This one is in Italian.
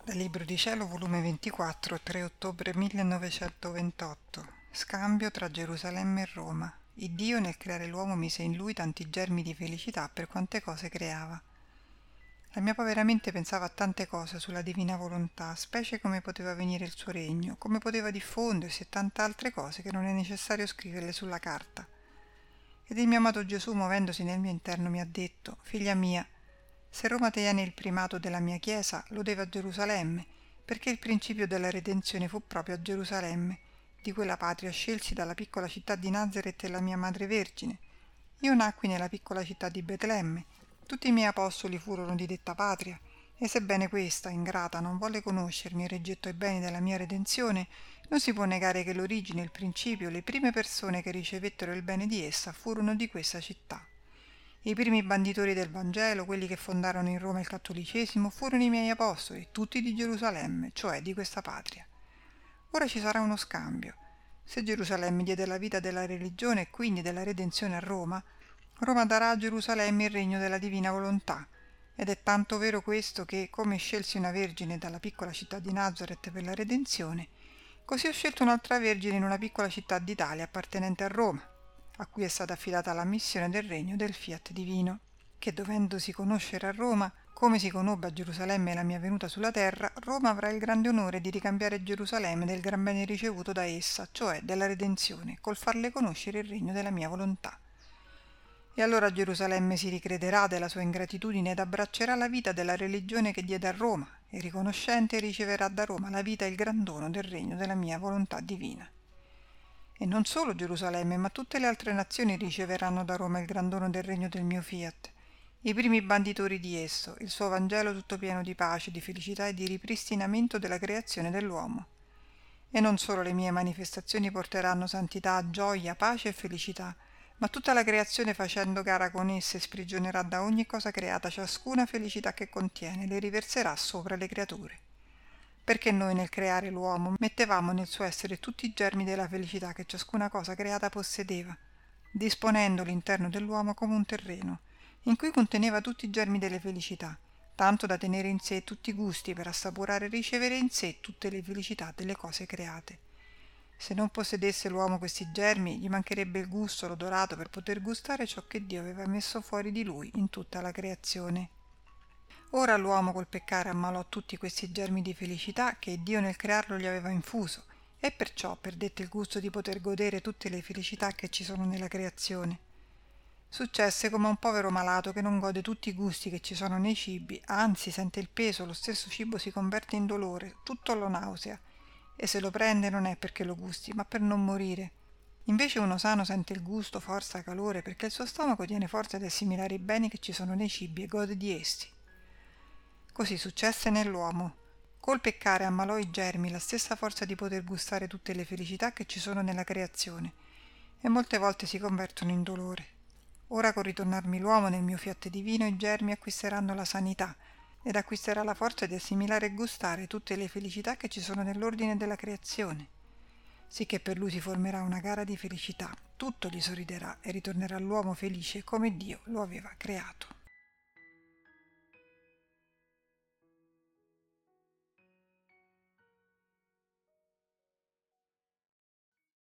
Dal Libro di Cielo, volume 24, 3 ottobre 1928. Scambio tra Gerusalemme e Roma. Iddio nel creare l'uomo mise in lui tanti germi di felicità per quante cose creava. La mia povera mente pensava a tante cose sulla divina volontà, specie come poteva venire il suo regno, come poteva diffondersi e tante altre cose che non è necessario scriverle sulla carta. Ed il mio amato Gesù, muovendosi nel mio interno, mi ha detto: «Figlia mia, se Roma tiene il primato della mia Chiesa, lo deve a Gerusalemme, perché il principio della redenzione fu proprio a Gerusalemme. Di quella patria scelsi dalla piccola città di Nazaret e la mia Madre Vergine. Io nacqui nella piccola città di Betlemme. Tutti i miei apostoli furono di detta patria, e sebbene questa, ingrata, non volle conoscermi e rigettò i beni della mia redenzione, non si può negare che l'origine, il principio, le prime persone che ricevettero il bene di essa furono di questa città. I primi banditori del Vangelo, quelli che fondarono in Roma il cattolicesimo, furono i miei apostoli, tutti di Gerusalemme, cioè di questa patria. Ora ci sarà uno scambio. Se Gerusalemme diede la vita della religione e quindi della redenzione a Roma, Roma darà a Gerusalemme il regno della divina volontà. Ed è tanto vero questo che, come scelsi una vergine dalla piccola città di Nazaret per la redenzione, così ho scelto un'altra vergine in una piccola città d'Italia appartenente a Roma, a cui è stata affidata la missione del regno del fiat divino, che dovendosi conoscere a Roma, come si conobbe a Gerusalemme la mia venuta sulla terra, Roma avrà il grande onore di ricambiare Gerusalemme del gran bene ricevuto da essa, cioè della redenzione, col farle conoscere il regno della mia volontà. E allora Gerusalemme si ricrederà della sua ingratitudine ed abbraccerà la vita della religione che diede a Roma, e riconoscente riceverà da Roma la vita e il gran dono del regno della mia volontà divina. E non solo Gerusalemme, ma tutte le altre nazioni riceveranno da Roma il gran dono del regno del mio fiat, i primi banditori di esso, il suo Vangelo tutto pieno di pace, di felicità e di ripristinamento della creazione dell'uomo. E non solo le mie manifestazioni porteranno santità, gioia, pace e felicità, ma tutta la creazione, facendo gara con esse, sprigionerà da ogni cosa creata ciascuna felicità che contiene, le riverserà sopra le creature. Perché noi nel creare l'uomo mettevamo nel suo essere tutti i germi della felicità che ciascuna cosa creata possedeva, disponendo l'interno dell'uomo come un terreno, in cui conteneva tutti i germi delle felicità, tanto da tenere in sé tutti i gusti per assaporare e ricevere in sé tutte le felicità delle cose create. Se non possedesse l'uomo questi germi, gli mancherebbe il gusto, l'odorato per poter gustare ciò che Dio aveva messo fuori di lui in tutta la creazione. Ora l'uomo col peccare ammalò tutti questi germi di felicità che Dio nel crearlo gli aveva infuso, e perciò perdette il gusto di poter godere tutte le felicità che ci sono nella creazione. Successe come a un povero malato che non gode tutti i gusti che ci sono nei cibi, anzi sente il peso, lo stesso cibo si converte in dolore, tutto lo nausea, e se lo prende non è perché lo gusti, ma per non morire. Invece uno sano sente il gusto, forza, calore, perché il suo stomaco tiene forza di assimilare i beni che ci sono nei cibi e gode di essi. Così successe nell'uomo. Col peccare ammalò i germi, la stessa forza di poter gustare tutte le felicità che ci sono nella creazione, e molte volte si convertono in dolore. Ora col ritornarmi l'uomo nel mio fiat divino i germi acquisteranno la sanità, ed acquisterà la forza di assimilare e gustare tutte le felicità che ci sono nell'ordine della creazione, sicché per lui si formerà una gara di felicità, tutto gli sorriderà e ritornerà l'uomo felice come Dio lo aveva creato.